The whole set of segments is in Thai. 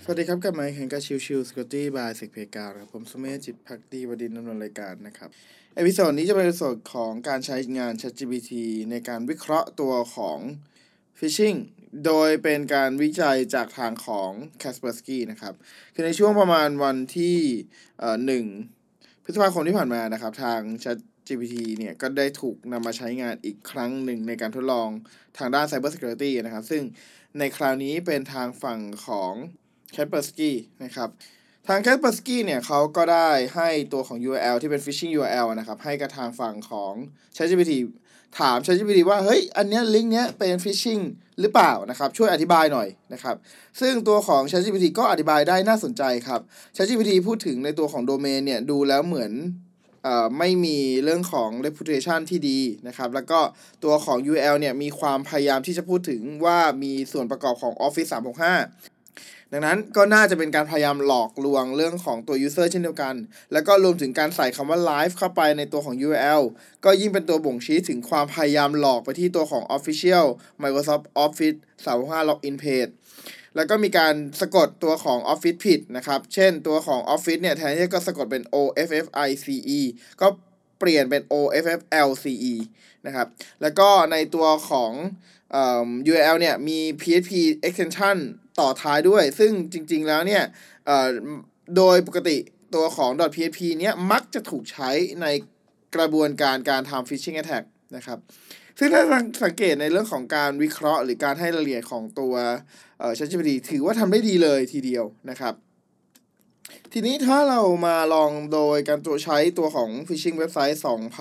วัสดีครับกลับมาอีกครั้งกับชิวๆ Security by เซกเพกาครับผมสมัยจิตภักดีวดินทร์ดำเนินรายการนะครับเอพิโซดนี้จะเป็นเอพิโซดของการใช้งาน ChatGPT ในการวิเคราะห์ตัวของ Phishing โดยเป็นการวิจัยจากทางของ Kaspersky นะครับคือในช่วงประมาณวันที่1 พฤษภาคมที่ผ่านมานะครับทาง ChatGPT เนี่ยก็ได้ถูกนำมาใช้งานอีกครั้งหนึ่งในการทดลองทางด้าน Cyber Security นะครับซึ่งในคราวนี้เป็นทางฝั่งของ Kaspersky นะครับทาง Kaspersky เนี่ยเขาก็ได้ให้ตัวของ URL ที่เป็น phishing URL นะครับให้กับทางฝั่งของ ChatGPT ถาม ChatGPT ว่าเฮ้ยอันเนี้ยลิงก์เนี้ยเป็น phishing หรือเปล่านะครับช่วยอธิบายหน่อยนะครับซึ่งตัวของ ChatGPT ก็อธิบายได้น่าสนใจครับ ChatGPT พูดถึงในตัวของโดเมนเนี่ยดูแล้วเหมือนไม่มีเรื่องของ reputation ที่ดีนะครับแล้วก็ตัวของ URL เนี่ยมีความพยายามที่จะพูดถึงว่ามีส่วนประกอบของ Office 365 ดังนั้นก็น่าจะเป็นการพยายามหลอกลวงเรื่องของตัว user เช่นเดียวกันแล้วก็รวมถึงการใส่คำว่า live เข้าไปในตัวของ URL ก็ยิ่งเป็นตัวบ่งชี้ถึงความพยายามหลอกไปที่ตัวของ Official Microsoft Office 365 Login Page แล้วก็มีการสะกดตัวของ Office ผิดนะครับเช่นตัวของ Office เนี่ยแทนที่จะสะกดเป็น OFFICE ก็เปลี่ยนเป็น OFFLCE นะครับแล้วก็ในตัวของURL เนี่ยมี PHP extension ต่อท้ายด้วยซึ่งจริงๆแล้วเนี่ยโดยปกติตัวของ .php เนี้ยมักจะถูกใช้ในกระบวนการทำ phishing attack นะครับซึ่งถ้าสังเกตในเรื่องของการวิเคราะห์หรือการให้รายละเอียดของตัวChatGPT ถือว่าทำได้ดีเลยทีเดียวนะครับทีนี้ถ้าเรามาลองโดยการใช้ตัวของ phishing เว็บไซต์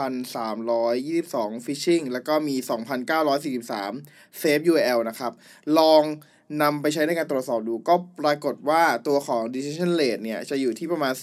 2,322 phishing แล้วก็มี 2,943 save URL นะครับลองนำไปใช้ในการตรวจสอบดูก็ปรากฏว่าตัวของ detection rate เนี่ยจะอยู่ที่ประมาณ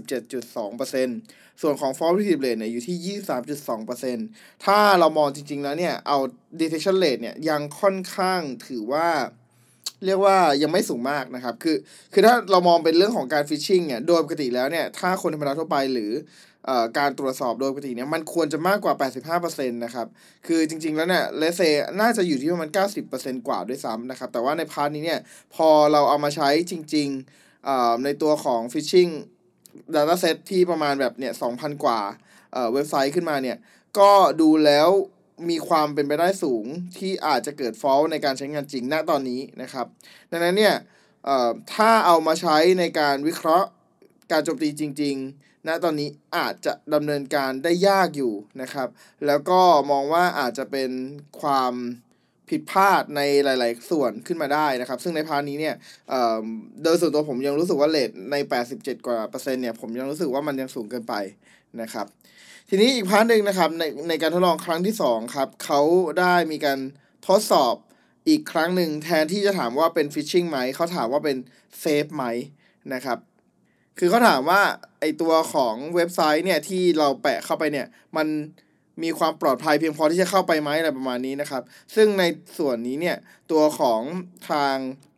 87.2% ส่วนของ false positive rate เนี่ยอยู่ที่ 23.2% ถ้าเรามองจริงๆแล้วเนี่ยเอา detection rate เนี่ยยังค่อนข้างถือว่าเรียกว่ายังไม่สูงมากนะครับคือถ้าเรามองเป็นเรื่องของการฟิชชิงเนี่ยโดยปกติแล้วเนี่ยถ้าคนธรรมดาทั่วไปหรือการตรวจสอบโดยปกติเนี่ยมันควรจะมากกว่า 85% นะครับคือจริงๆแล้วเนี่ยเลเซน่าจะอยู่ที่ประมาณ 90% กว่าด้วยซ้ำนะครับแต่ว่าในพาร์ทนี้เนี่ยพอเราเอามาใช้จริงๆในตัวของ phishing dataset ที่ประมาณแบบเนี่ย 2,000 กว่าเว็บไซต์ขึ้นมาเนี่ยก็ดูแล้วมีความเป็นไปได้สูงที่อาจจะเกิด fault ในการใช้งานจริงณตอนนี้นะครับดังนั้นเนี่ยถ้าเอามาใช้ในการวิเคราะห์การโจมตีจริงๆณตอนนี้อาจจะดำเนินการได้ยากอยู่นะครับแล้วก็มองว่าอาจจะเป็นความผิดพลาดในหลายๆส่วนขึ้นมาได้นะครับซึ่งในพาร์ทนี้เนี่ยโดยส่วนตัวผมยังรู้สึกว่าเรทใน87%กว่าเนี่ยผมยังรู้สึกว่ามันยังสูงเกินไปนะครับทีนี้อีกพาร์ทนึงนะครับในการทดลองครั้งที่2ครับเขาได้มีการทดสอบอีกครั้งหนึ่งแทนที่จะถามว่าเป็น phishing ไหมเขาถามว่าเป็น safe ไหมนะครับคือเขาถามว่าไอตัวของเว็บไซต์เนี่ยที่เราแปะเข้าไปเนี่ยมันมีความปลอดภัยเพียงพอที่จะเข้าไปไหมอะไรประมาณนี้นะครับซึ่งในส่วนนี้เนี่ยตัวของทาง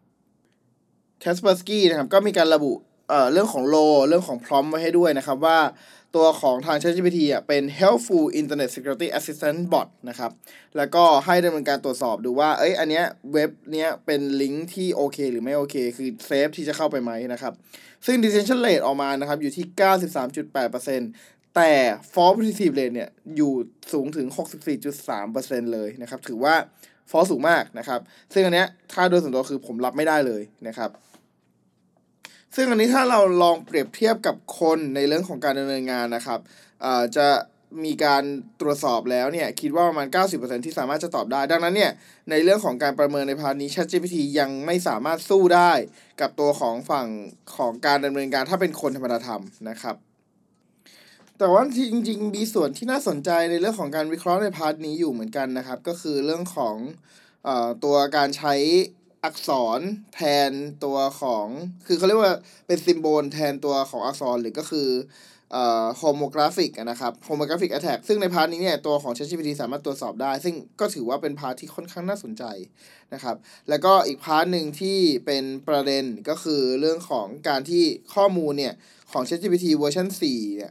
Kaspersky นะครับก็มีการระบุเรื่องของ role เรื่องของ prompt ไว้ให้ด้วยนะครับว่าตัวของทาง ChatGPT เป็น helpful internet security assistant bot นะครับแล้วก็ให้ดำเนินการตรวจสอบดูว่าอันเนี้ยเว็บเนี้ยเป็นลิงก์ที่โอเคหรือไม่โอเคคือเซฟที่จะเข้าไปไหมนะครับซึ่ง detection rate ออกมานะครับอยู่ที่ 93.8% แต่ false positive rate เนี่ยอยู่สูงถึง 64.3% เลยนะครับถือว่า false สูงมากนะครับซึ่งอันเนี้ยถ้าโดยส่วนตัวคือผมรับไม่ได้เลยนะครับซึ่งอันนี้ถ้าเราลองเปรียบเทียบกับคนในเรื่องของการดำเนินงานนะครับจะมีการตรวจสอบแล้วเนี่ยคิดว่าประมาณ 90% ที่สามารถจะตอบได้ดังนั้นเนี่ยในเรื่องของการประเมินในพาร์ทนี้ ChatGPT ยังไม่สามารถสู้ได้กับตัวของฝั่งของการดำเนินการถ้าเป็นคนธรรมดาทำนะครับแต่ว่าจริงๆมีส่วนที่น่าสนใจในเรื่องของการวิเคราะห์ในพาร์ทนี้อยู่เหมือนกันนะครับก็คือเรื่องของตัวการใช้อักษรแทนตัวของคือเขาเรียกว่าเป็นซิมโบลแทนตัวของอักษรหรือก็คือhomographic นะครับ homographic attack ซึ่งในพาร์ทนี้เนี่ยตัวของ ChatGPT สามารถตรวจสอบได้ซึ่งก็ถือว่าเป็นพาร์ทที่ค่อนข้างน่าสนใจนะครับแล้วก็อีกพาร์ทหนึ่งที่เป็นประเด็นก็คือเรื่องของการที่ข้อมูลเนี่ยของ ChatGPT เวอร์ชัน4เนี่ย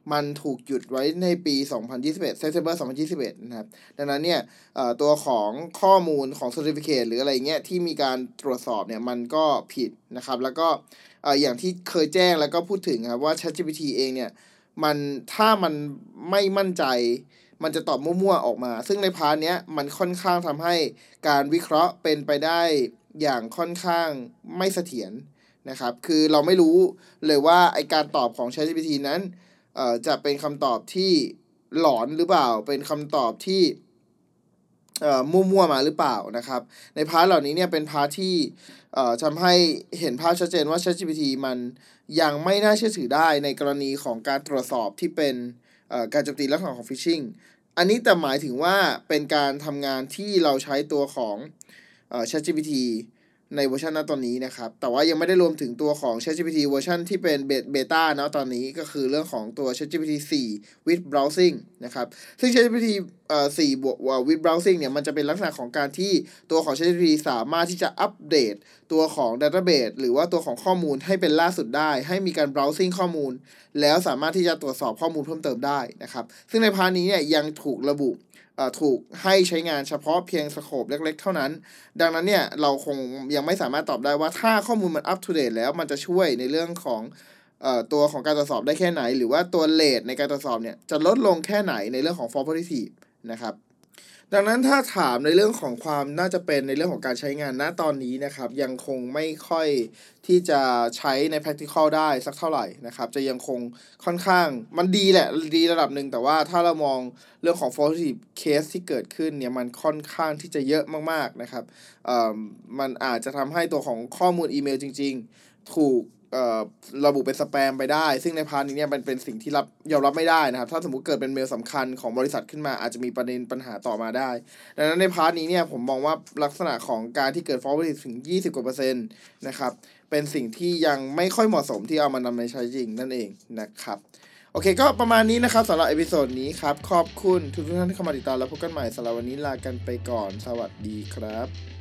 มันถูกหยุดไว้ในปี 2021 September 2021 นะครับดังนั้นเนี่ยตัวของข้อมูลของ Certificate หรืออะไรเงี้ยที่มีการตรวจสอบเนี่ยมันก็ผิดนะครับแล้วก็อย่างที่เคยแจ้งแล้วก็พูดถึงครับว่า ChatGPT เองเนี่ยถ้ามันไม่มั่นใจมันจะตอบมั่วๆออกมาซึ่งในพาร์ทเนี้ยมันค่อนข้างทำให้การวิเคราะห์เป็นไปได้อย่างค่อนข้างไม่เสถียรนะครับคือเราไม่รู้เลยว่าไอการตอบของ ChatGPT นั้นจะเป็นคำตอบที่หลอนหรือเปล่าเป็นคำตอบที่มั่วๆมาหรือเปล่านะครับในพาร์ทเหล่านี้เนี่ยเป็นพาร์ทที่ทำให้เห็นภาพชัดเจนว่า ChatGPT มันยังไม่น่าเชื่อถือได้ในกรณีของการตรวจสอบที่เป็นการโจมตีลักษณะของ phishing อันนี้แต่หมายถึงว่าเป็นการทำงานที่เราใช้ตัวของChatGPT ในเวอร์ชันณตอนนี้นะครับแต่ว่ายังไม่ได้รวมถึงตัวของ ChatGPT เวอร์ชันที่เป็นเบต้านะตอนนี้ก็คือเรื่องของตัว ChatGPT 4 with browsing นะครับซึ่ง ChatGPT 4 บวก with browsing เนี่ยมันจะเป็นลักษณะของการที่ตัวของ ChatGPT สามารถที่จะอัปเดตตัวของ database หรือว่าตัวของข้อมูลให้เป็นล่าสุดได้ให้มีการ browsing ข้อมูลแล้วสามารถที่จะตรวจสอบข้อมูลเพิ่มเติมได้นะครับซึ่งในพาร์ทนี้เนี่ยยังถูกระบุถูกให้ใช้งานเฉพาะเพียงสโคปเล็กๆเท่านั้นดังนั้นเนี่ยเราคงยังไม่สามารถตอบได้ว่าถ้าข้อมูลมัน up to date แล้วมันจะช่วยในเรื่องของตัวของการตรวจสอบได้แค่ไหนหรือว่าตัวเรทในการตรวจสอบเนี่ยจะลดลงแค่ไหนในเรื่องของ false positive นะครับดังนั้นถ้าถามในเรื่องของความน่าจะเป็นในเรื่องของการใช้งานณตอนนี้นะครับยังคงไม่ค่อยที่จะใช้ใน practical ได้สักเท่าไหร่นะครับจะยังคงค่อนข้างมันดีแหละดีระดับหนึ่งแต่ว่าถ้าเรามองเรื่องของ false positive case ที่เกิดขึ้นเนี่ยมันค่อนข้างที่จะเยอะมากๆนะครับมันอาจจะทำให้ตัวของข้อมูลอีเมลจริงๆถูกระบุเป็นสแปมไปได้ซึ่งในพาร์ทนี้เนี่ยมันเป็นสิ่งที่ยอมรับไม่ได้นะครับถ้าสมมุติเกิดเป็นเมลสำคัญของบริษัทขึ้นมาอาจจะมีประเด็นปัญหาต่อมาได้ดังนั้นในพาร์ทนี้เนี่ยผมมองว่าลักษณะของการที่เกิด false positive ถึง 20% กว่านะครับเป็นสิ่งที่ยังไม่ค่อยเหมาะสมที่เอามานำไปใช้จริงนั่นเองนะครับโอเคก็ประมาณนี้นะครับสำหรับเอพิโซดนี้ครับขอบคุณทุกท่านที่เข้ามาติดตามแล้วพบกันใหม่สำหรับวันนี้ลากันไปก่อนสวัสดีครับ